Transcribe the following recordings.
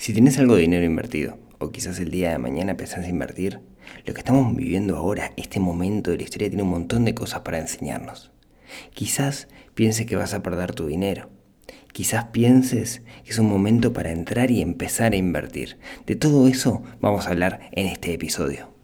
Si tenés algo de dinero invertido, o quizás el día de mañana pensás invertir, lo que estamos viviendo ahora, este momento de la historia, tiene un montón de cosas para enseñarnos. Quizás pienses que vas a perder tu dinero. Quizás pienses que es un momento para entrar y empezar a invertir. De todo eso vamos a hablar en este episodio.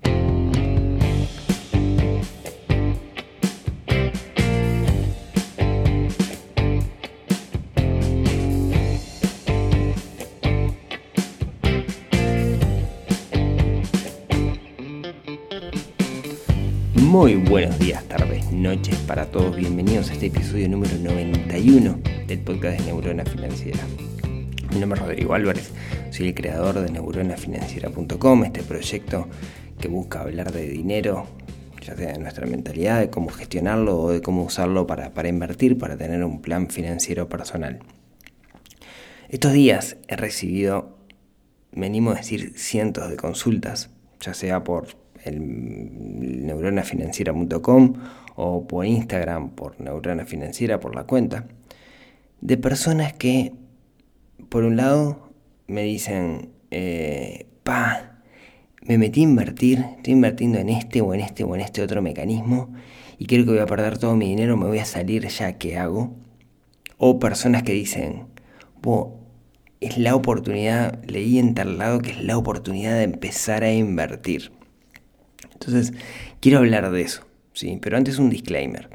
Muy buenos días, tardes, noches para todos. Bienvenidos a este episodio número 91 del podcast de Neurona Financiera. Mi nombre es Rodrigo Álvarez, soy el creador de neuronafinanciera.com, este proyecto que busca hablar de dinero, ya sea de nuestra mentalidad, de cómo gestionarlo o de cómo usarlo para invertir, para tener un plan financiero personal. Estos días he recibido, me animo a decir, cientos de consultas, ya sea por el neuronafinanciera.com o por Instagram, por Neurona Financiera, por la cuenta, de personas que, por un lado, me dicen, me metí a invertir, estoy invirtiendo en este o en este o en este otro mecanismo y creo que voy a perder todo mi dinero, me voy a salir ya, ¿qué hago? O personas que dicen, es la oportunidad, leí en tal lado que es la oportunidad de empezar a invertir. Entonces, quiero hablar de eso, ¿sí? Pero antes un disclaimer.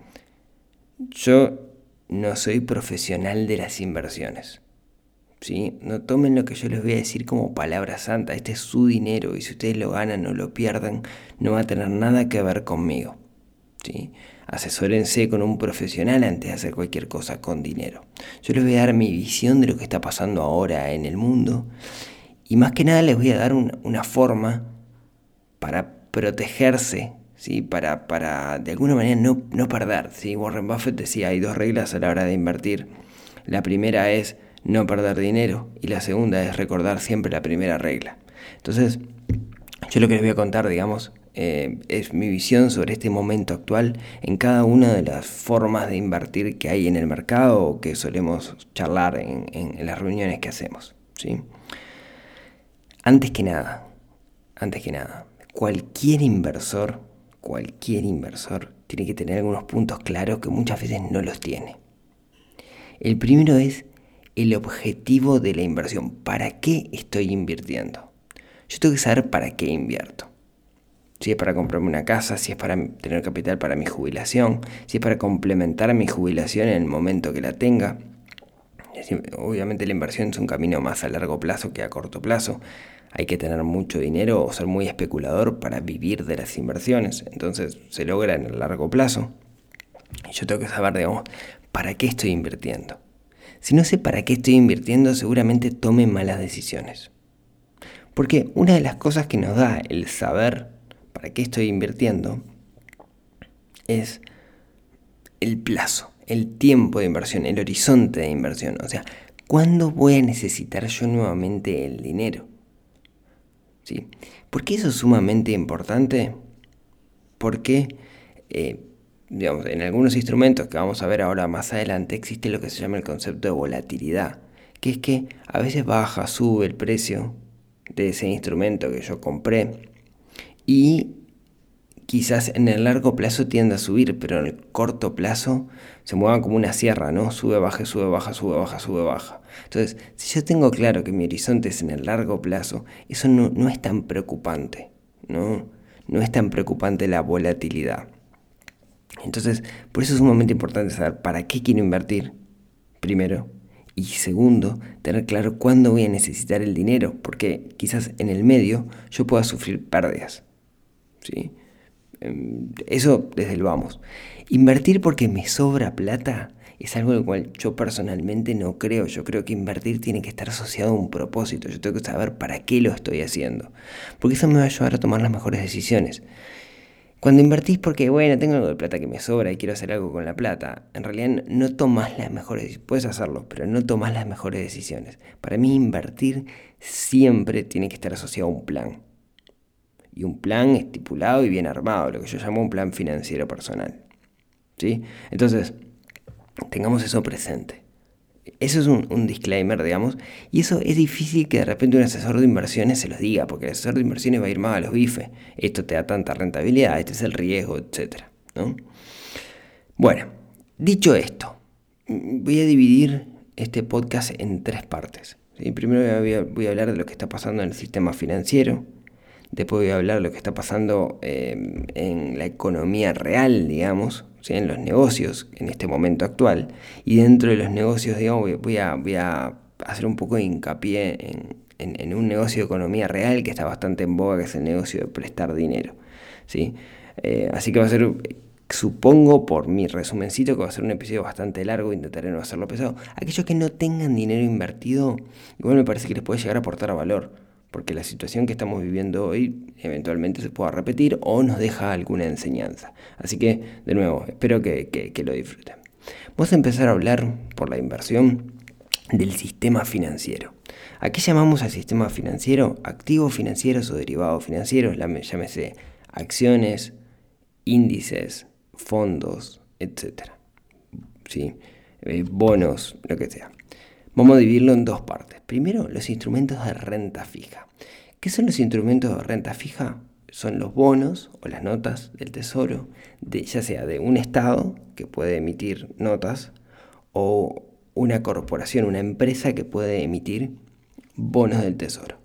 Yo no soy profesional de las inversiones, ¿sí? No tomen lo que yo les voy a decir como palabra santa. Este es su dinero y si ustedes lo ganan o lo pierden, no va a tener nada que ver conmigo, ¿sí? Asesórense con un profesional antes de hacer cualquier cosa con dinero. Yo les voy a dar mi visión de lo que está pasando ahora en el mundo y más que nada les voy a dar una forma para protegerse, ¿sí? Para de alguna manera no perder, ¿sí? Warren Buffett decía, hay dos reglas a la hora de invertir. La primera es no perder dinero y la segunda es recordar siempre la primera regla. Entonces, yo lo que les voy a contar, es mi visión sobre este momento actual en cada una de las formas de invertir que hay en el mercado o que solemos charlar en las reuniones que hacemos, ¿sí? Antes que nada, cualquier inversor tiene que tener algunos puntos claros que muchas veces no los tiene. El primero es el objetivo de la inversión. ¿Para qué estoy invirtiendo? Yo tengo que saber para qué invierto. Si es para comprarme una casa, si es para tener capital para mi jubilación, si es para complementar mi jubilación en el momento que la tenga. Obviamente la inversión es un camino más a largo plazo que a corto plazo. Hay que tener mucho dinero o ser muy especulador para vivir de las inversiones. Entonces se logra en el largo plazo. Y yo tengo que saber, para qué estoy invirtiendo. Si no sé para qué estoy invirtiendo, seguramente tome malas decisiones. Porque una de las cosas que nos da el saber para qué estoy invirtiendo es el plazo, el tiempo de inversión, el horizonte de inversión. O sea, ¿cuándo voy a necesitar yo nuevamente el dinero? ¿Sí? ¿Por qué eso es sumamente importante? Porque, en algunos instrumentos que vamos a ver ahora más adelante existe lo que se llama el concepto de volatilidad, que es que a veces baja, sube el precio de ese instrumento que yo compré y quizás en el largo plazo tienda a subir, pero en el corto plazo se mueva como una sierra, ¿no? Sube, baja, sube, baja, sube, baja, sube, baja. Entonces, si yo tengo claro que mi horizonte es en el largo plazo, eso no es tan preocupante, ¿no? No es tan preocupante la volatilidad. Entonces, por eso es sumamente importante saber para qué quiero invertir, primero. Y segundo, tener claro cuándo voy a necesitar el dinero, porque quizás en el medio yo pueda sufrir pérdidas, ¿sí? Eso desde el vamos. Invertir porque me sobra plata es algo del cual yo personalmente no creo. Yo creo que invertir tiene que estar asociado a un propósito. Yo tengo que saber para qué lo estoy haciendo, porque eso me va a ayudar a tomar las mejores decisiones. Cuando invertís porque, tengo algo de plata que me sobra y quiero hacer algo con la plata, en realidad no tomás las mejores decisiones. Puedes hacerlo, pero no tomás las mejores decisiones. Para mí invertir siempre tiene que estar asociado a un plan. Y un plan estipulado y bien armado, lo que yo llamo un plan financiero personal, ¿sí? Entonces, tengamos eso presente. Eso es un disclaimer, digamos, y eso es difícil que de repente un asesor de inversiones se los diga, porque el asesor de inversiones va a ir más a los bifes. Esto te da tanta rentabilidad, este es el riesgo, etcétera, ¿no? Bueno, dicho esto, voy a dividir este podcast en 3 partes. ¿Sí? Primero voy a hablar de lo que está pasando en el sistema financiero. Después voy a hablar de lo que está pasando en la economía real, digamos, ¿sí? En los negocios en este momento actual. Y dentro de los negocios, digamos, voy a hacer un poco de hincapié en un negocio de economía real que está bastante en boga, que es el negocio de prestar dinero, ¿sí? Así que va a ser, supongo por mi resumencito, que va a ser un episodio bastante largo, intentaré no hacerlo pesado. Aquellos que no tengan dinero invertido, igual me parece que les puede llegar a aportar valor, porque la situación que estamos viviendo hoy eventualmente se pueda repetir o nos deja alguna enseñanza. Así que, de nuevo, espero que lo disfruten. Vamos a empezar a hablar, por la inversión, del sistema financiero. ¿A qué llamamos al sistema financiero? Activos financieros o derivados financieros, llámese acciones, índices, fondos, etcétera, ¿sí? Bonos, lo que sea. Vamos a dividirlo en 2 partes. Primero, los instrumentos de renta fija. ¿Qué son los instrumentos de renta fija? Son los bonos o las notas del tesoro, ya sea de un estado que puede emitir notas o una corporación, una empresa que puede emitir bonos del tesoro.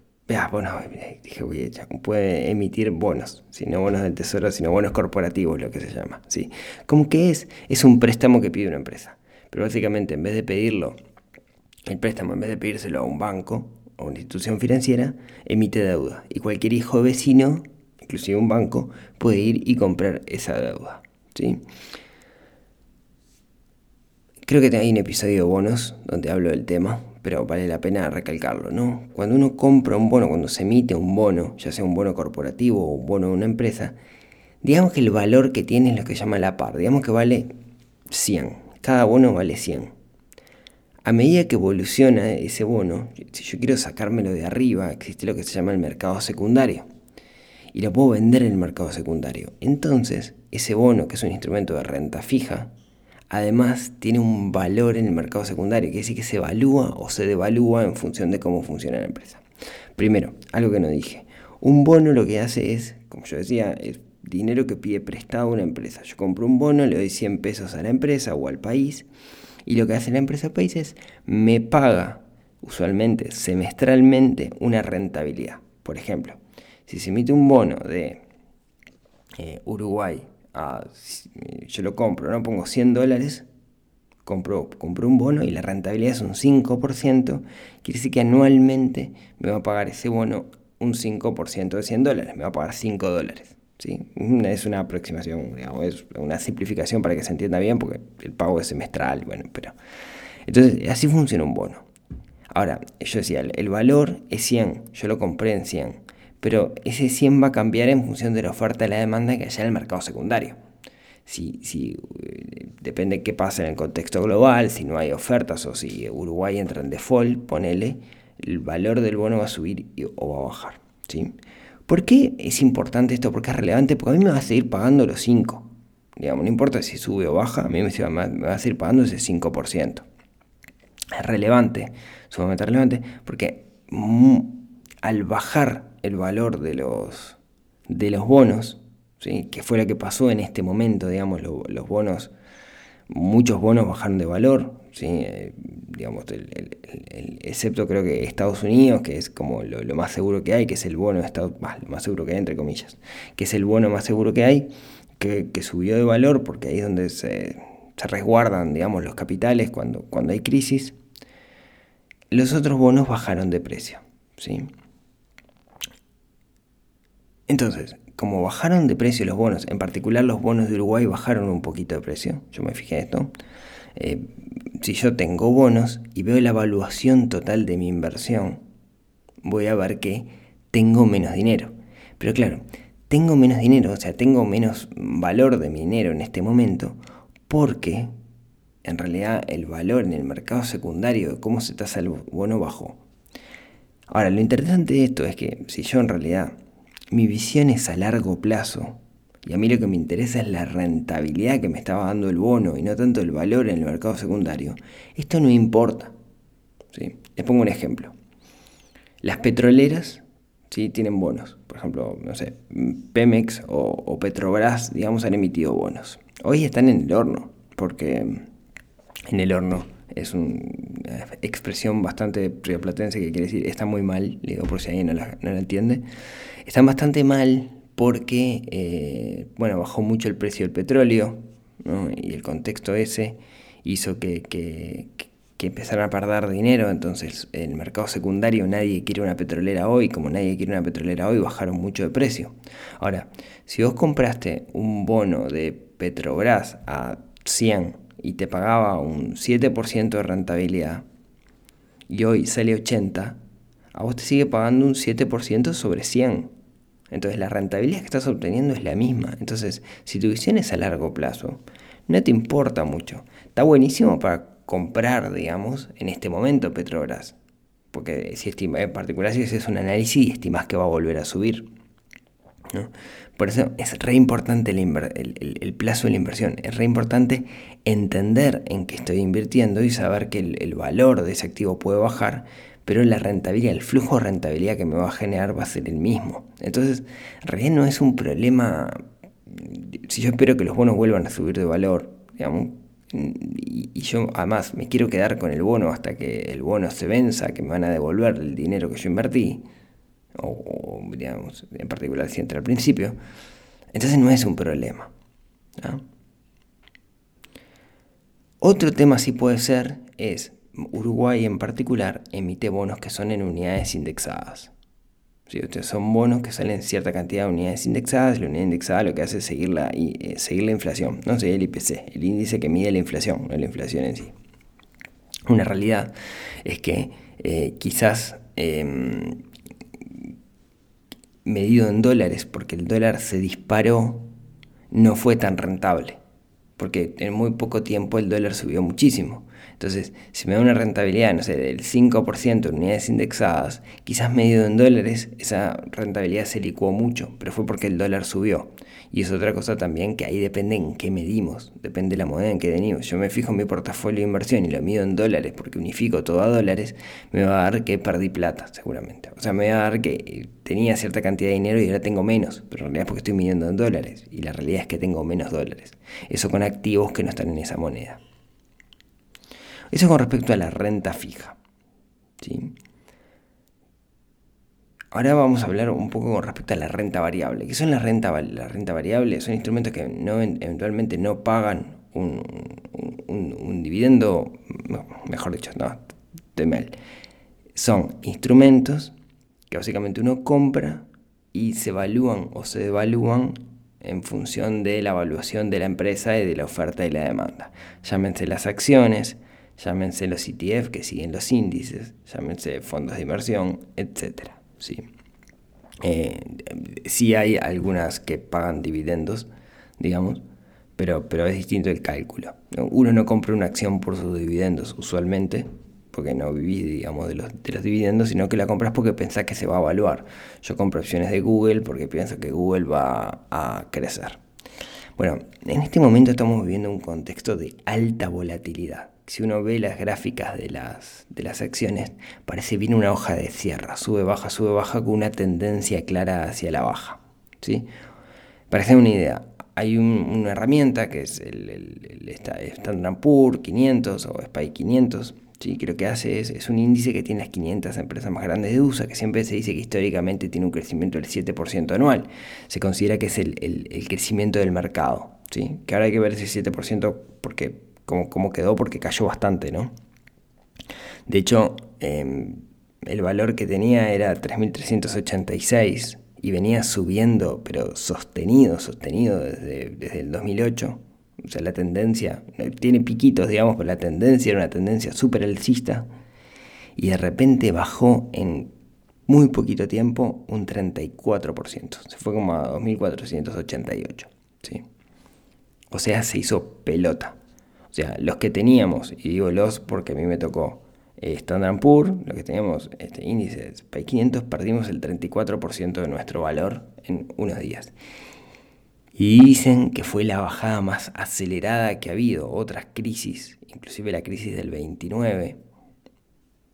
Puede emitir bonos, no bonos del tesoro, sino bonos corporativos, lo que se llama, ¿sí? ¿Cómo que es? Es un préstamo que pide una empresa. Pero básicamente, en vez de pedirlo, el préstamo, en vez de pedírselo a un banco o una institución financiera, emite deuda. Y cualquier hijo vecino, inclusive un banco, puede ir y comprar esa deuda, ¿sí? Creo que hay un episodio de bonos donde hablo del tema, pero vale la pena recalcarlo, ¿no? Cuando uno compra un bono, cuando se emite un bono, ya sea un bono corporativo o un bono de una empresa, digamos que el valor que tiene es lo que se llama la par. Digamos que vale 100. Cada bono vale 100. A medida que evoluciona ese bono, si yo quiero sacármelo de arriba, existe lo que se llama el mercado secundario. Y lo puedo vender en el mercado secundario. Entonces, ese bono, que es un instrumento de renta fija, además tiene un valor en el mercado secundario, quiere decir que se evalúa o se devalúa en función de cómo funciona la empresa. Primero, algo que no dije. Un bono lo que hace es, como yo decía, es dinero que pide prestado a una empresa. Yo compro un bono, le doy 100 pesos a la empresa o al país, y lo que hace la empresa o país es me paga, usualmente semestralmente, una rentabilidad. Por ejemplo, si se emite un bono de Uruguay, yo lo compro, ¿no? Pongo $100, compro un bono y la rentabilidad es un 5%, quiere decir que anualmente me va a pagar ese bono un 5% de $100, me va a pagar $5, ¿sí? Es una aproximación, digamos, es una simplificación para que se entienda bien, porque el pago es semestral, bueno, pero... Entonces, así funciona un bono. Ahora, yo decía, el valor es 100, yo lo compré en 100, pero ese 100 va a cambiar en función de la oferta y la demanda que haya en el mercado secundario. Depende de qué pasa en el contexto global, si no hay ofertas o si Uruguay entra en default, ponele, el valor del bono va a subir o va a bajar, ¿sí? ¿Por qué es importante esto? Porque es relevante, porque a mí me va a seguir pagando los 5. Digamos, no importa si sube o baja, a mí me va a seguir pagando ese 5%. Es relevante, sumamente relevante, porque al bajar el valor de los bonos, ¿sí? Que fue lo que pasó en este momento, digamos, los bonos, muchos bonos bajaron de valor, ¿sí? Digamos, excepto creo que Estados Unidos, que es como lo más seguro que hay, que es el bono de Estados Unidos, lo más seguro que hay, entre comillas, que es el bono más seguro que hay, que subió de valor, porque ahí es donde se resguardan, digamos, los capitales cuando hay crisis. Los otros bonos bajaron de precio, ¿sí? Entonces, como bajaron de precio los bonos, en particular los bonos de Uruguay bajaron un poquito de precio, yo me fijé esto, si yo tengo bonos y veo la evaluación total de mi inversión, voy a ver que tengo menos dinero. Pero claro, tengo menos dinero, o sea, tengo menos valor de mi dinero en este momento, porque en realidad el valor en el mercado secundario de cómo se tasa el bono bajó. Ahora, lo interesante de esto es que si yo en realidad mi visión es a largo plazo y a mí lo que me interesa es la rentabilidad que me estaba dando el bono y no tanto el valor en el mercado secundario, esto no importa. ¿sí? Les pongo un ejemplo. Las petroleras, ¿sí?, tienen bonos. Por ejemplo, no sé, Pemex o Petrobras, digamos, han emitido bonos. Hoy están en el horno, porque en el horno es una expresión bastante rioplatense que quiere decir está muy mal, le digo por si alguien no la entiende. Están bastante mal porque, bajó mucho el precio del petróleo, ¿no? Y el contexto ese hizo que empezaran a perder dinero. Entonces en el mercado secundario nadie quiere una petrolera hoy. Como nadie quiere una petrolera hoy, bajaron mucho de precio. Ahora, si vos compraste un bono de Petrobras a 100 y te pagaba un 7% de rentabilidad y hoy sale 80, a vos te sigue pagando un 7% sobre 100. Entonces la rentabilidad que estás obteniendo es la misma. Entonces, si tu visión es a largo plazo, no te importa mucho. Está buenísimo para comprar, digamos, en este momento Petrobras. Porque si en particular si haces un análisis y estimás que va a volver a subir, ¿no? Por eso es re importante el plazo de la inversión. Es re importante entender en qué estoy invirtiendo y saber que el valor de ese activo puede bajar, pero la rentabilidad, el flujo de rentabilidad que me va a generar va a ser el mismo. Entonces, en realidad no es un problema. Si yo espero que los bonos vuelvan a subir de valor, digamos, y yo además me quiero quedar con el bono hasta que el bono se venza, que me van a devolver el dinero que yo invertí, o digamos, en particular si entra al principio, entonces no es un problema, ¿no? Otro tema sí puede ser es Uruguay en particular emite bonos que son en unidades indexadas. ¿Sí? O sea, son bonos que salen cierta cantidad de unidades indexadas, y la unidad indexada lo que hace es seguir la inflación, no seguir el IPC, el índice que mide la inflación, no la inflación en sí. Una realidad es que quizás medido en dólares, porque el dólar se disparó, no fue tan rentable, porque en muy poco tiempo el dólar subió muchísimo. Entonces, si me da una rentabilidad, no sé, del 5% en unidades indexadas, quizás medido en dólares, esa rentabilidad se licuó mucho, pero fue porque el dólar subió. Y es otra cosa también que ahí depende en qué medimos, depende de la moneda en que medimos. Yo me fijo en mi portafolio de inversión y lo mido en dólares porque unifico todo a dólares, me va a dar que perdí plata, seguramente. O sea, me va a dar que tenía cierta cantidad de dinero y ahora tengo menos, pero en realidad es porque estoy midiendo en dólares y la realidad es que tengo menos dólares. Eso con activos que no están en esa moneda. Eso con respecto a la renta fija, ¿sí? Ahora vamos a hablar un poco con respecto a la renta variable. ¿Qué son la renta variable? Son instrumentos que eventualmente no pagan un dividendo, mejor dicho, no, estoy mal. Son instrumentos que básicamente uno compra y se evalúan o se devalúan en función de la evaluación de la empresa y de la oferta y la demanda. Llámense las acciones, llámense los ETF que siguen los índices, llámense fondos de inversión, etc. ¿Sí? Sí hay algunas que pagan dividendos, digamos, pero es distinto el cálculo. Uno no compra una acción por sus dividendos usualmente, porque no vivís, digamos, de los dividendos, sino que la compras porque pensás que se va a evaluar. Yo compro acciones de Google porque pienso que Google va a crecer. Bueno, en este momento estamos viviendo un contexto de alta volatilidad. Si uno ve las gráficas de las acciones, parece bien una hoja de sierra, sube, baja, con una tendencia clara hacia la baja, ¿sí? Para hacer una idea, hay una herramienta que es el Standard Poor's 500 o SPY 500, ¿sí? Que lo que hace es un índice que tiene las 500 empresas más grandes de USA, que siempre se dice que históricamente tiene un crecimiento del 7% anual. Se considera que es el crecimiento del mercado, ¿sí? Que ahora hay que ver ese 7% porque cómo quedó, porque cayó bastante, ¿no? De hecho, el valor que tenía era 3.386 y venía subiendo, pero sostenido desde el 2008. O sea, la tendencia, tiene piquitos, digamos, pero la tendencia era una tendencia súper alcista. Y de repente bajó en muy poquito tiempo un 34%. Se fue como a 2.488, ¿sí? O sea, se hizo pelota. O sea, los que teníamos, y digo los porque a mí me tocó Standard Poor's, los que teníamos este índice SPY 500, perdimos el 34% de nuestro valor en unos días. Y dicen que fue la bajada más acelerada que ha habido. Otras crisis, inclusive la crisis del 29,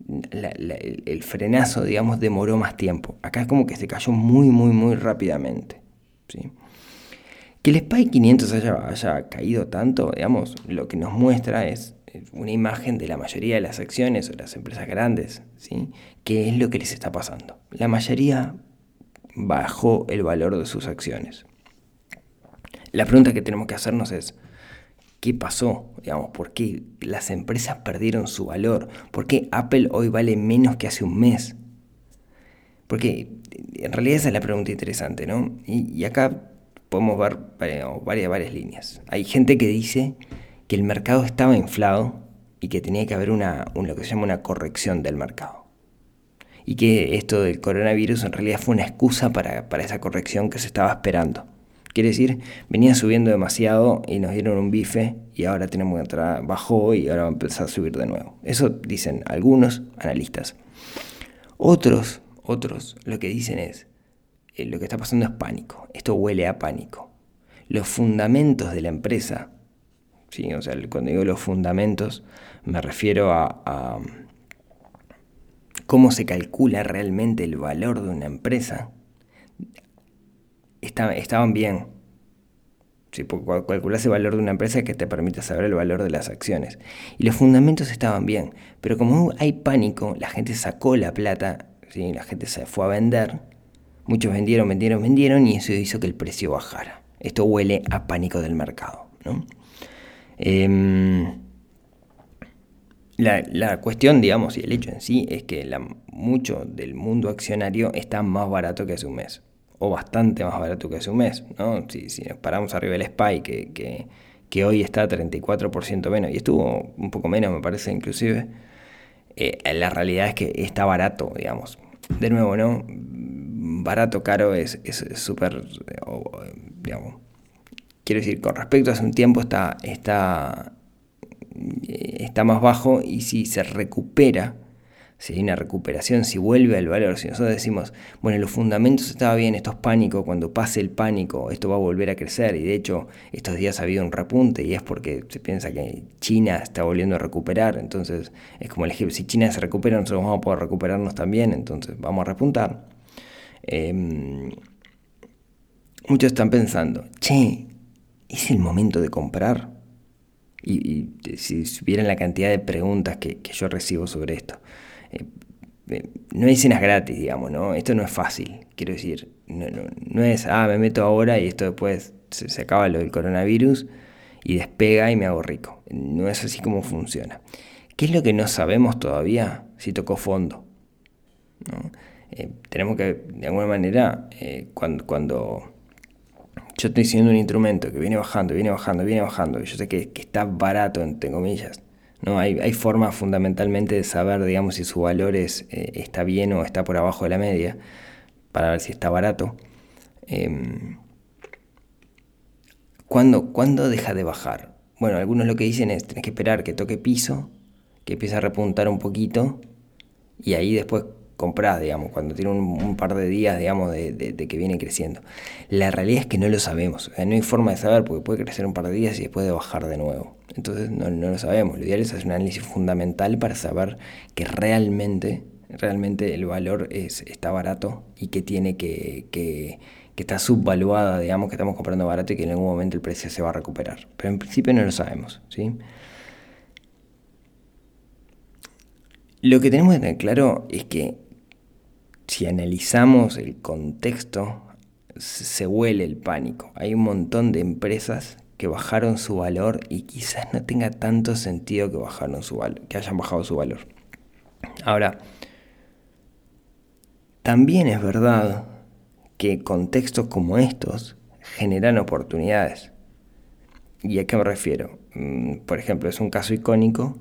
el frenazo, digamos, demoró más tiempo. Acá es como que se cayó muy, muy, muy rápidamente, ¿sí? Que el SPY 500 haya caído tanto, digamos, lo que nos muestra es una imagen de la mayoría de las acciones o las empresas grandes, ¿sí? ¿Qué es lo que les está pasando? La mayoría bajó el valor de sus acciones. La pregunta que tenemos que hacernos es, ¿qué pasó? Digamos, ¿por qué las empresas perdieron su valor? ¿Por qué Apple hoy vale menos que hace un mes? Porque en realidad esa es la pregunta interesante, ¿no? Y acá podemos ver varias líneas. Hay gente que dice que el mercado estaba inflado y que tenía que haber lo que se llama una corrección del mercado. Y que esto del coronavirus en realidad fue una excusa para esa corrección que se estaba esperando. Quiere decir, venía subiendo demasiado y nos dieron un bife y ahora tenemos que entrar, bajó y ahora va a empezar a subir de nuevo. Eso dicen algunos analistas. Otros lo que dicen es, lo que está pasando es pánico. Esto huele a pánico. Los fundamentos de la empresa, ¿sí? O sea, cuando digo los fundamentos me refiero a cómo se calcula realmente el valor de una empresa, estaban bien. Sí, porque calculás el valor de una empresa que te permite saber el valor de las acciones. Y los fundamentos estaban bien, pero como hay pánico, la gente sacó la plata, ¿sí? La gente se fue a vender, muchos vendieron y eso hizo que el precio bajara. Esto huele a pánico del mercado, ¿no? La cuestión, digamos, y el hecho en sí es que mucho del mundo accionario está más barato que hace un mes, o bastante más barato que hace un mes, ¿no? Si nos paramos arriba del SPY, que hoy está 34% menos, y estuvo un poco menos, me parece, inclusive, la realidad es que está barato, digamos. De nuevo, ¿no? Barato, caro es súper, digamos, quiero decir, con respecto a hace un tiempo está más bajo, y si se recupera, si hay una recuperación, si vuelve al valor, si nosotros decimos, bueno, los fundamentos estaban bien, esto es pánico, cuando pase el pánico esto va a volver a crecer, y de hecho estos días ha habido un repunte y es porque se piensa que China está volviendo a recuperar, entonces es como el ejemplo, si China se recupera nosotros vamos a poder recuperarnos también, entonces vamos a repuntar. Muchos están pensando, che, ¿es el momento de comprar? Y si supieran la cantidad de preguntas que yo recibo sobre esto. No hay cenas gratis, digamos, ¿no? Esto no es fácil, quiero decir. No es, me meto ahora y esto después se acaba lo del coronavirus y despega y me hago rico. No es así como funciona. ¿Qué es lo que no sabemos todavía? Si tocó fondo, ¿no? Tenemos que, de alguna manera, cuando yo estoy siguiendo un instrumento que viene bajando, y yo sé que está barato, entre comillas, ¿no? Hay formas fundamentalmente de saber, digamos, si su valor está bien o está por abajo de la media, para ver si está barato. ¿Cuándo deja de bajar? Bueno, algunos lo que dicen es, tenés que esperar que toque piso, que empiece a repuntar un poquito, y ahí después comprás, digamos, cuando tiene un par de días, digamos, de que viene creciendo. La realidad es que no lo sabemos, o sea, no hay forma de saber, porque puede crecer un par de días y después de bajar de nuevo. Entonces no lo sabemos. Lo ideal es hacer un análisis fundamental para saber que realmente el valor está barato y que tiene que está subvaluada, digamos, que estamos comprando barato y que en algún momento el precio se va a recuperar. Pero en principio no lo sabemos, ¿sí? Lo que tenemos que tener claro es que si analizamos el contexto, se huele el pánico. Hay un montón de empresas que bajaron su valor y quizás no tenga tanto sentido que hayan bajado su valor. Ahora, también es verdad que contextos como estos generan oportunidades. ¿Y a qué me refiero? Por ejemplo, es un caso icónico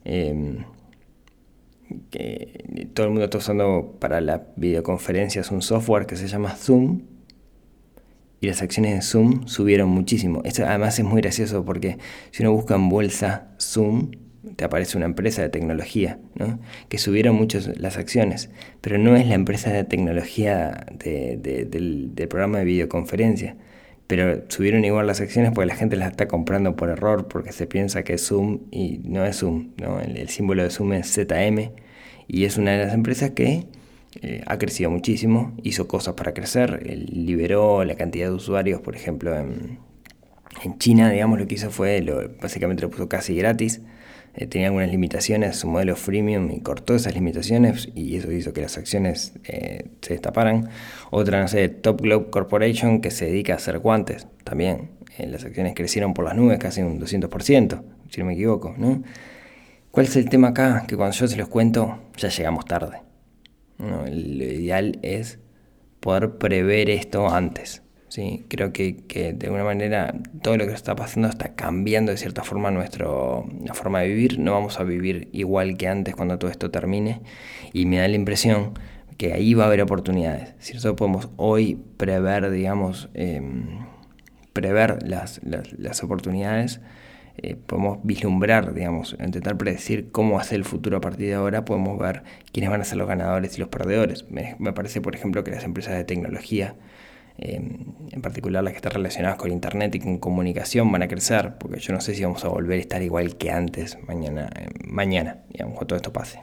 que todo el mundo está usando para las videoconferencias un software que se llama Zoom, y las acciones de Zoom subieron muchísimo. Esto además es muy gracioso porque si uno busca en bolsa Zoom, te aparece una empresa de tecnología, ¿no? Que subieron mucho las acciones, pero no es la empresa de tecnología del programa de videoconferencia. Pero subieron igual las acciones porque la gente las está comprando por error, porque se piensa que es Zoom y no es Zoom, ¿no? El símbolo de Zoom es ZM Y es una de las empresas que ha crecido muchísimo, hizo cosas para crecer, liberó la cantidad de usuarios, por ejemplo, en China, digamos, lo que hizo fue, básicamente lo puso casi gratis. Tenía algunas limitaciones, su modelo freemium, y cortó esas limitaciones y eso hizo que las acciones se destaparan. Otra, no sé, Top Glove Corporation, que se dedica a hacer guantes, también. Las acciones crecieron por las nubes, casi un 200%, si no me equivoco, ¿no? ¿Cuál es el tema acá? Que cuando yo se los cuento, ya llegamos tarde, ¿no? Lo ideal es poder prever esto antes. Sí, creo que de alguna manera todo lo que está pasando está cambiando de cierta forma la forma de vivir. No vamos a vivir igual que antes cuando todo esto termine. Y me da la impresión que ahí va a haber oportunidades. Si nosotros podemos hoy prever, digamos, prever las oportunidades, podemos vislumbrar, digamos, intentar predecir cómo va a ser el futuro a partir de ahora, podemos ver quiénes van a ser los ganadores y los perdedores. Me parece, por ejemplo, que las empresas de tecnología, en particular las que están relacionadas con internet y con comunicación, van a crecer, porque yo no sé si vamos a volver a estar igual que antes mañana, digamos, cuando todo esto pase.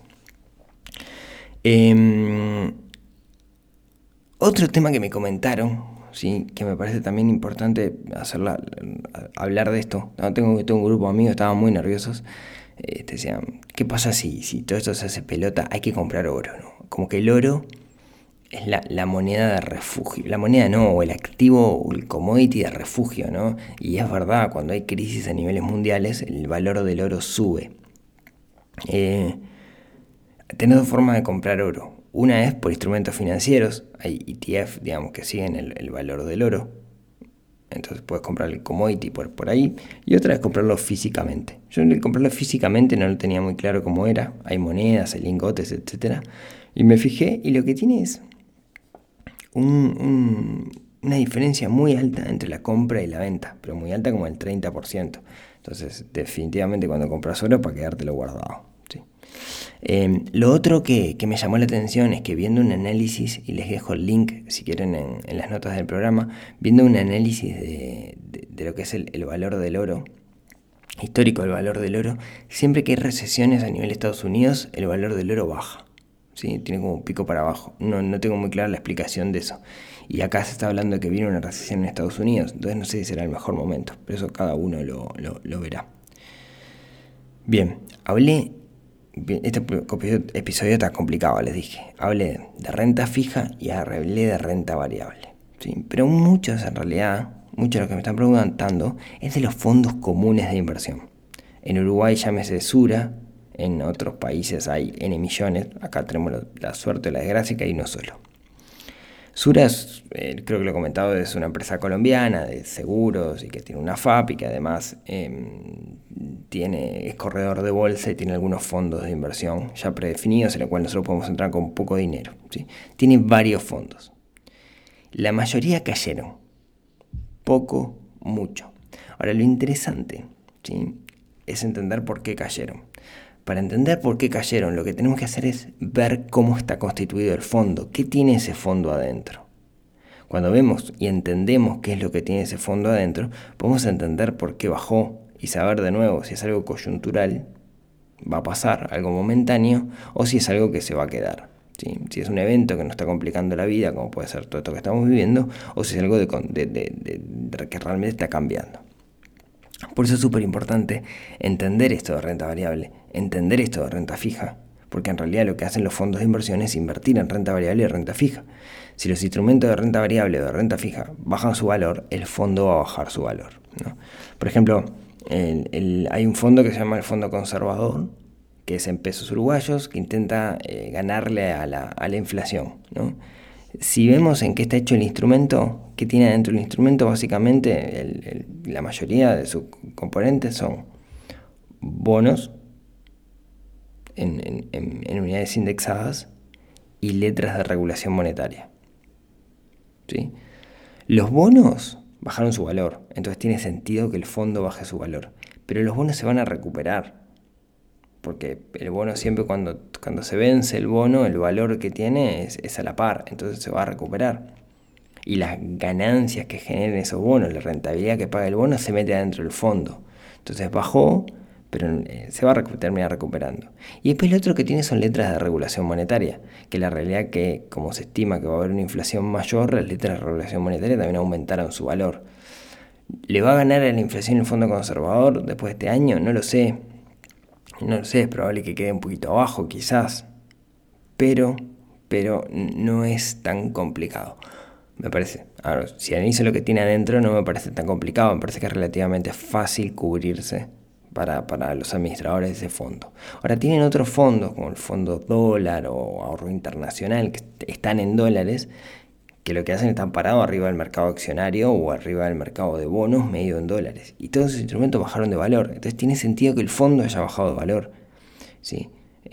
Otro tema que me comentaron, ¿sí?, que me parece también importante hablar de esto. Tengo un grupo de amigos, estaban muy nerviosos. Decían, ¿qué pasa si todo esto se hace pelota? Hay que comprar oro, ¿no? Como que el oro es la moneda de refugio. La moneda no, o el activo, o el commodity de refugio, ¿no? Y es verdad, cuando hay crisis a niveles mundiales, el valor del oro sube. Tenés dos formas de comprar oro. Una es por instrumentos financieros. Hay ETF, digamos, que siguen el valor del oro. Entonces puedes comprar el commodity por ahí. Y otra es comprarlo físicamente. Yo el comprarlo físicamente no lo tenía muy claro cómo era. Hay monedas, hay lingotes, etc. Y me fijé, y lo que tiene es una diferencia muy alta entre la compra y la venta, pero muy alta, como el 30%. Entonces, definitivamente cuando compras oro, para quedártelo guardado, ¿sí? Lo otro que me llamó la atención es que viendo un análisis, y les dejo el link si quieren en las notas del programa, viendo un análisis de lo que es el valor del oro, histórico del valor del oro, siempre que hay recesiones a nivel de Estados Unidos, el valor del oro baja. ¿Sí? Tiene como un pico para abajo. No tengo muy clara la explicación de eso. Y acá se está hablando de que viene una recesión en Estados Unidos, entonces no sé si será el mejor momento, pero eso cada uno lo verá. Bien, este episodio está complicado, les dije. Hablé de renta fija y hablé de renta variable, ¿sí? Pero muchos de lo que me están preguntando es de los fondos comunes de inversión. En Uruguay llámese Sura. En otros países hay N millones. Acá tenemos la suerte o la desgracia que hay uno solo. Sura, creo que lo he comentado, es una empresa colombiana de seguros y que tiene una FAP y que además es corredor de bolsa y tiene algunos fondos de inversión ya predefinidos en los cuales nosotros podemos entrar con poco dinero, ¿sí? Tiene varios fondos. La mayoría cayeron. Poco, mucho. Ahora, lo interesante, ¿sí?, es entender por qué cayeron. Para entender por qué cayeron, lo que tenemos que hacer es ver cómo está constituido el fondo, qué tiene ese fondo adentro. Cuando vemos y entendemos qué es lo que tiene ese fondo adentro, podemos entender por qué bajó y saber de nuevo si es algo coyuntural, va a pasar, algo momentáneo, o si es algo que se va a quedar, ¿sí? Si es un evento que nos está complicando la vida, como puede ser todo esto que estamos viviendo, o si es algo que realmente está cambiando. Por eso es súper importante entender esto de renta variable, entender esto de renta fija, porque en realidad lo que hacen los fondos de inversión es invertir en renta variable y renta fija. Si los instrumentos de renta variable o de renta fija bajan su valor, el fondo va a bajar su valor, ¿no? Por ejemplo, hay un fondo que se llama el Fondo Conservador, que es en pesos uruguayos, que intenta ganarle a la inflación, ¿no? Si vemos en qué está hecho el instrumento, qué tiene dentro del instrumento, básicamente la mayoría de sus componentes son bonos en unidades indexadas y letras de regulación monetaria, ¿sí? Los bonos bajaron su valor, entonces tiene sentido que el fondo baje su valor, pero los bonos se van a recuperar, porque el bono siempre cuando se vence el bono, el valor que tiene es a la par, entonces se va a recuperar. Y las ganancias que generen esos bonos, la rentabilidad que paga el bono, se mete adentro del fondo. Entonces bajó, pero se va a terminar recuperando. Y después lo otro que tiene son letras de regulación monetaria, que la realidad que como se estima que va a haber una inflación mayor, las letras de regulación monetaria también aumentaron su valor. ¿Le va a ganar a la inflación el Fondo Conservador después de este año? No lo sé, es probable que quede un poquito abajo quizás, pero no es tan complicado, me parece. Ahora, si analizo lo que tiene adentro, no me parece tan complicado, me parece que es relativamente fácil cubrirse para los administradores de ese fondo. Ahora, tienen otros fondos, como el fondo dólar o ahorro internacional, que están en dólares, que lo que hacen están parados arriba del mercado accionario o arriba del mercado de bonos medio en dólares. Y todos esos instrumentos bajaron de valor. Entonces tiene sentido que el fondo haya bajado de valor. ¿Sí?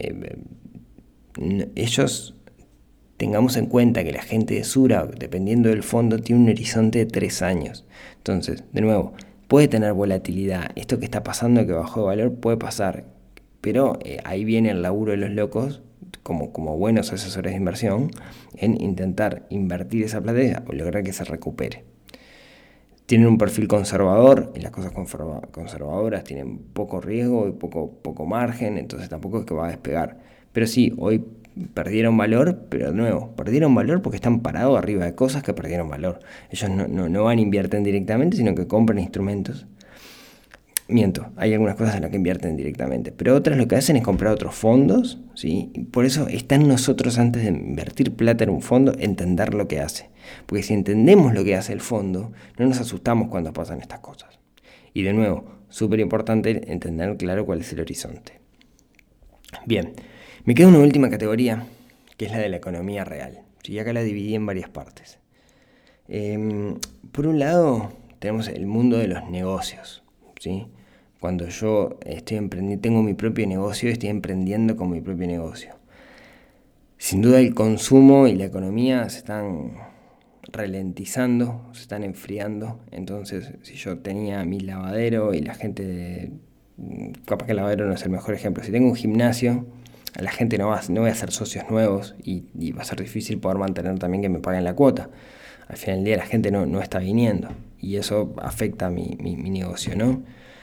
Ellos, tengamos en cuenta que la gente de Sura, dependiendo del fondo, tiene un horizonte de 3 años. Entonces, de nuevo, puede tener volatilidad. Esto que está pasando, que bajó de valor, puede pasar. Pero ahí viene el laburo de los locos, como buenos asesores de inversión, en intentar invertir esa plata o lograr que se recupere. Tienen un perfil conservador, y las cosas conservadoras tienen poco riesgo y poco margen, entonces tampoco es que va a despegar. Pero sí, hoy perdieron valor, pero de nuevo, perdieron valor porque están parados arriba de cosas que perdieron valor. Ellos no van a invierten directamente, sino que compran instrumentos. Miento, hay algunas cosas en las que invierten directamente, pero otras lo que hacen es comprar otros fondos, ¿sí? Y por eso está en nosotros, antes de invertir plata en un fondo, entender lo que hace. Porque si entendemos lo que hace el fondo, no nos asustamos cuando pasan estas cosas. Y de nuevo, súper importante entender claro cuál es el horizonte. Bien, me queda una última categoría, que es la de la economía real. ¿Sí? Acá la dividí en varias partes. Por un lado, tenemos el mundo de los negocios, ¿sí? Cuando yo tengo mi propio negocio, estoy emprendiendo con mi propio negocio. Sin duda el consumo y la economía se están ralentizando, se están enfriando. Entonces, si yo tenía mi lavadero y la gente, capaz que el lavadero no es el mejor ejemplo. Si tengo un gimnasio, a la gente no voy a hacer socios nuevos y va a ser difícil poder mantener también que me paguen la cuota. Al final del día la gente no está viniendo y eso afecta a mi negocio, ¿no?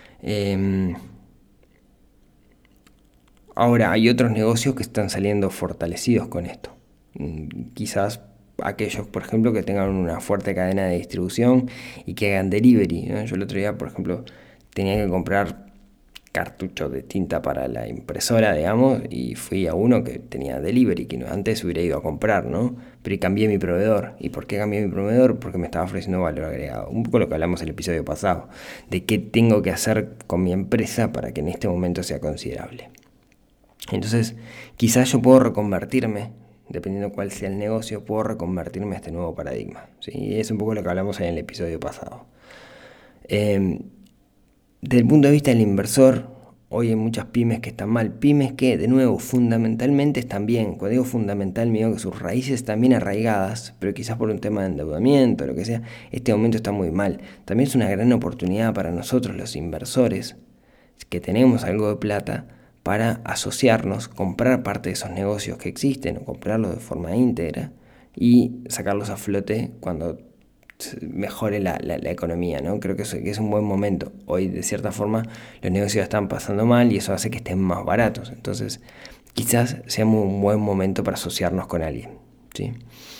Ahora, hay otros negocios que están saliendo fortalecidos con esto. Quizás aquellos, por ejemplo, que tengan una fuerte cadena de distribución y que hagan delivery, ¿no? Yo el otro día, por ejemplo, tenía que comprar cartuchos de tinta para la impresora, digamos, y fui a uno que tenía delivery, que antes hubiera ido a comprar, ¿no? Pero cambié mi proveedor. ¿Y por qué cambié mi proveedor? Porque me estaba ofreciendo valor agregado. Un poco lo que hablamos en el episodio pasado, de qué tengo que hacer con mi empresa para que en este momento sea considerable. Entonces, quizás yo puedo reconvertirme, dependiendo cuál sea el negocio, puedo reconvertirme a este nuevo paradigma, ¿sí? Es un poco lo que hablamos en el episodio pasado. Desde el punto de vista del inversor, hoy hay muchas pymes que están mal. Pymes que, de nuevo, fundamentalmente están bien. Cuando digo fundamental, me digo que sus raíces están bien arraigadas, pero quizás por un tema de endeudamiento, lo que sea, este momento está muy mal. También es una gran oportunidad para nosotros, los inversores, que tenemos algo de plata, para asociarnos, comprar parte de esos negocios que existen o comprarlos de forma íntegra y sacarlos a flote cuando mejore la economía, ¿no? Creo que es un buen momento. Hoy, de cierta forma, los negocios están pasando mal y eso hace que estén más baratos. Entonces, quizás sea un buen momento para asociarnos con alguien, ¿sí?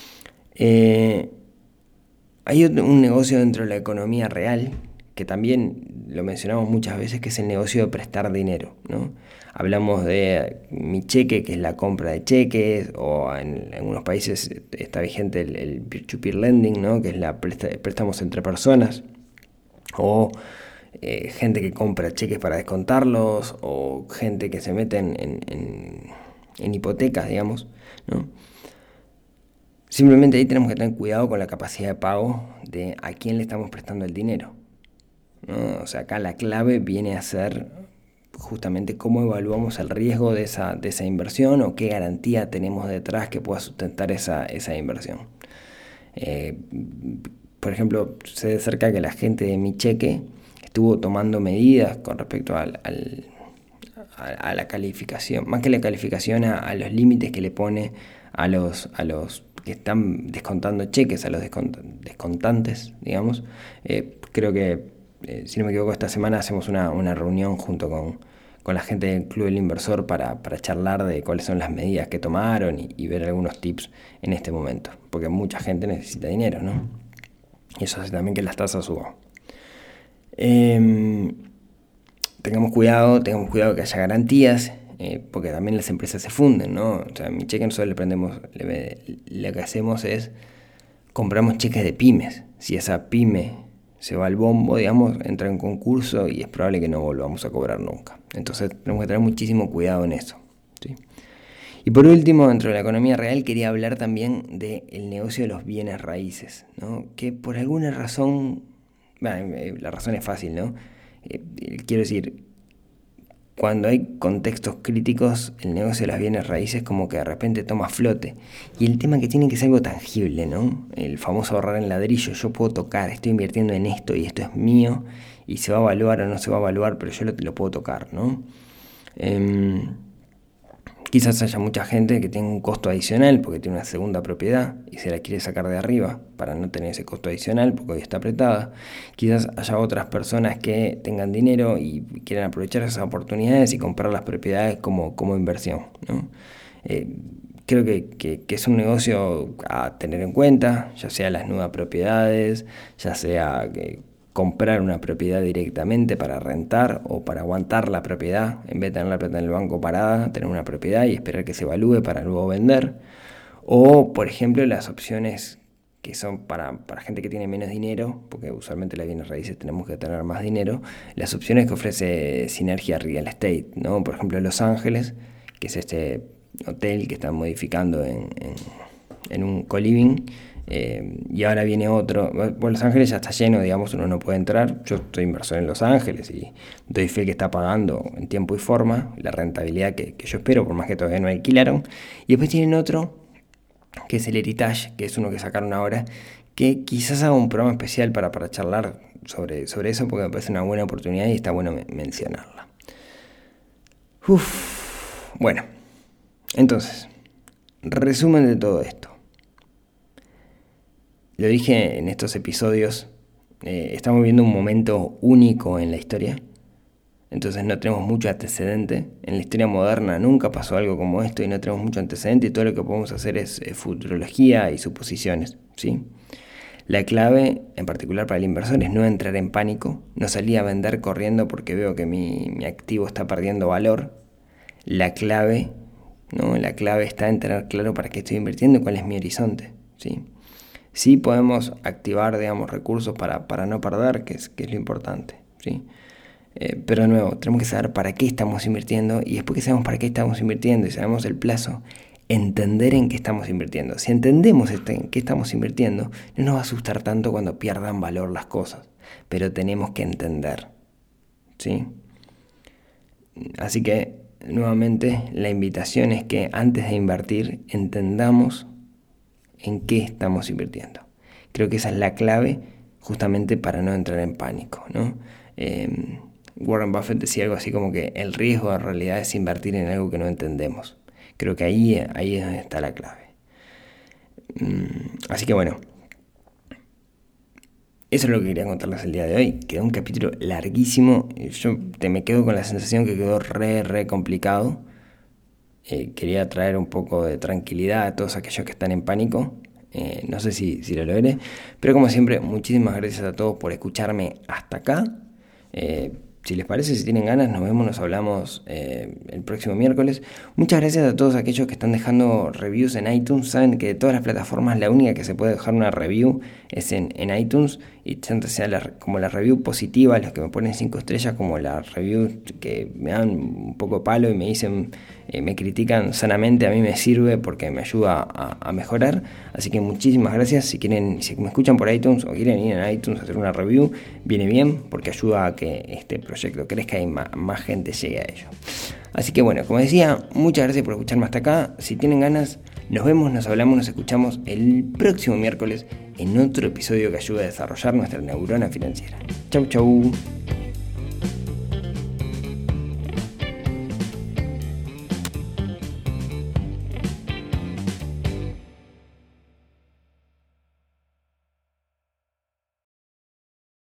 Hay un negocio dentro de la economía real que también lo mencionamos muchas veces, que es el negocio de prestar dinero, ¿no? Hablamos de mi cheque, que es la compra de cheques, o en algunos países está vigente el peer-to-peer lending, ¿no? Que es préstamos entre personas, o gente que compra cheques para descontarlos, o gente que se mete en hipotecas, digamos, ¿no? Simplemente ahí tenemos que tener cuidado con la capacidad de pago de a quién le estamos prestando el dinero, ¿no? O sea, acá la clave viene a ser justamente cómo evaluamos el riesgo de esa inversión o qué garantía tenemos detrás que pueda sustentar esa inversión. Por ejemplo, sé de cerca que la gente de Mi Cheque estuvo tomando medidas con respecto a la calificación, más que la calificación, a los límites que le pone a los que están descontando cheques, a los descontantes, digamos. Creo que, si no me equivoco, esta semana hacemos una reunión junto con la gente del Club del Inversor para charlar de cuáles son las medidas que tomaron y ver algunos tips en este momento, porque mucha gente necesita dinero, ¿no? Y eso hace también que las tasas suban. Tengamos cuidado que haya garantías, porque también las empresas se funden, ¿no? O sea, en mi cheque nosotros lo que hacemos es compramos cheques de pymes. Si esa pyme se va al bombo, digamos, entra en concurso y es probable que no volvamos a cobrar nunca. Entonces tenemos que tener muchísimo cuidado en eso, ¿sí? Y por último, dentro de la economía real, quería hablar también del negocio de los bienes raíces, ¿no? Que por alguna razón, la razón es fácil, ¿no? Quiero decir, cuando hay contextos críticos, el negocio de las bienes raíces como que de repente toma flote. Y el tema que tiene que ser algo tangible, ¿no? El famoso ahorrar en ladrillo. Yo puedo tocar, estoy invirtiendo en esto y esto es mío y se va a evaluar o no se va a evaluar, pero yo lo puedo tocar, ¿no? Quizás haya mucha gente que tenga un costo adicional porque tiene una segunda propiedad y se la quiere sacar de arriba para no tener ese costo adicional porque hoy está apretada. Quizás haya otras personas que tengan dinero y quieran aprovechar esas oportunidades y comprar las propiedades como inversión, ¿no? Creo que es un negocio a tener en cuenta, ya sea las nuevas propiedades, ya sea comprar una propiedad directamente para rentar o para aguantar la propiedad, en vez de tener la plata en el banco parada, tener una propiedad y esperar que se evalúe para luego vender. O, por ejemplo, las opciones que son para gente que tiene menos dinero, porque usualmente las bienes raíces tenemos que tener más dinero, las opciones que ofrece Sinergia Real Estate, ¿no? Por ejemplo, Los Ángeles, que es este hotel que están modificando en un co-living. Y ahora viene otro. Bueno, Los Ángeles ya está lleno, digamos, uno no puede entrar. Yo estoy inversor en Los Ángeles y doy fe que está pagando en tiempo y forma la rentabilidad que yo espero, por más que todavía no alquilaron. Y después tienen otro, que es el Heritage, que es uno que sacaron ahora, que quizás haga un programa especial para charlar sobre eso, porque me parece una buena oportunidad y está bueno mencionarla. Bueno, entonces, resumen de todo esto. Lo dije en estos episodios, estamos viviendo un momento único en la historia, entonces no tenemos mucho antecedente. En la historia moderna nunca pasó algo como esto y no tenemos mucho antecedente y todo lo que podemos hacer es futurología y suposiciones, ¿sí? La clave, en particular para el inversor, es no entrar en pánico, no salir a vender corriendo porque veo que mi activo está perdiendo valor. La clave, ¿no? La clave está en tener claro para qué estoy invirtiendo y cuál es mi horizonte, ¿sí? Sí podemos activar, digamos, recursos para no perder, que es lo importante, ¿sí? Pero de nuevo, tenemos que saber para qué estamos invirtiendo y después que sabemos para qué estamos invirtiendo y sabemos el plazo, entender en qué estamos invirtiendo. Si entendemos en qué estamos invirtiendo, no nos va a asustar tanto cuando pierdan valor las cosas, pero tenemos que entender, ¿sí? Así que, nuevamente, la invitación es que antes de invertir entendamos en qué estamos invirtiendo. Creo que esa es la clave justamente para no entrar en pánico, ¿no? Warren Buffett decía algo así como que el riesgo en realidad es invertir en algo que no entendemos. Creo que ahí es donde está la clave. Así que bueno, eso es lo que quería contarles el día de hoy. Quedó un capítulo larguísimo. Yo me quedo con la sensación que quedó re complicado. Quería traer un poco de tranquilidad a todos aquellos que están en pánico. No sé si lo logré, pero como siempre, muchísimas gracias a todos por escucharme hasta acá. Si les parece, si tienen ganas, nos hablamos el próximo miércoles. Muchas gracias a todos aquellos que están dejando reviews en iTunes. Saben que de todas las plataformas la única que se puede dejar una review es en iTunes, y tanto sea como la review positiva, los que me ponen 5 estrellas, como la review que me dan un poco de palo y me dicen, me critican sanamente, a mí me sirve porque me ayuda a mejorar. Así que muchísimas gracias. Si me escuchan por iTunes o quieren ir en iTunes a hacer una review, viene bien porque ayuda a que este proyecto crezca y más gente llegue a ello. Así que bueno, como decía, muchas gracias por escucharme hasta acá. Si tienen ganas, nos vemos, nos hablamos, nos escuchamos el próximo miércoles en otro episodio que ayuda a desarrollar nuestra neurona financiera. Chau.